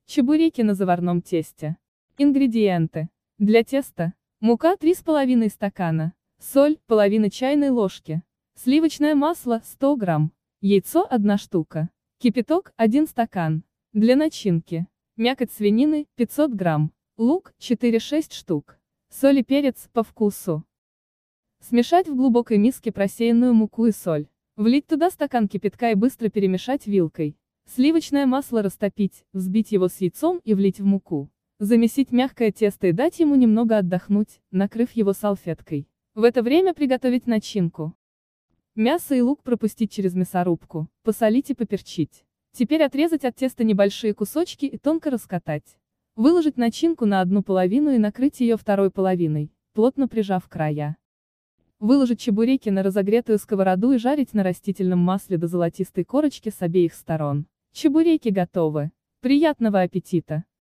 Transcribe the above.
Чебуреки на заварном тесте. Ингредиенты. Для теста. Мука 3,5 стакана. Соль, половина чайной ложки. Сливочное масло 100 грамм. Яйцо 1 штука. Кипяток 1 стакан. Для начинки. Мякоть свинины 500 грамм. Лук 4-6 штук. Соль и перец по вкусу. Смешать в глубокой миске просеянную муку и соль. Влить туда стакан кипятка и быстро перемешать вилкой. Сливочное масло растопить, взбить его с яйцом и влить в муку. Замесить мягкое тесто и дать ему немного отдохнуть, накрыв его салфеткой. В это время приготовить начинку. Мясо и лук пропустить через мясорубку, посолить и поперчить. Теперь отрезать от теста небольшие кусочки и тонко раскатать. Выложить начинку на одну половину и накрыть ее второй половиной, плотно прижав края. Выложить чебуреки на разогретую сковороду и жарить на растительном масле до золотистой корочки с обеих сторон. Чебуреки готовы. Приятного аппетита!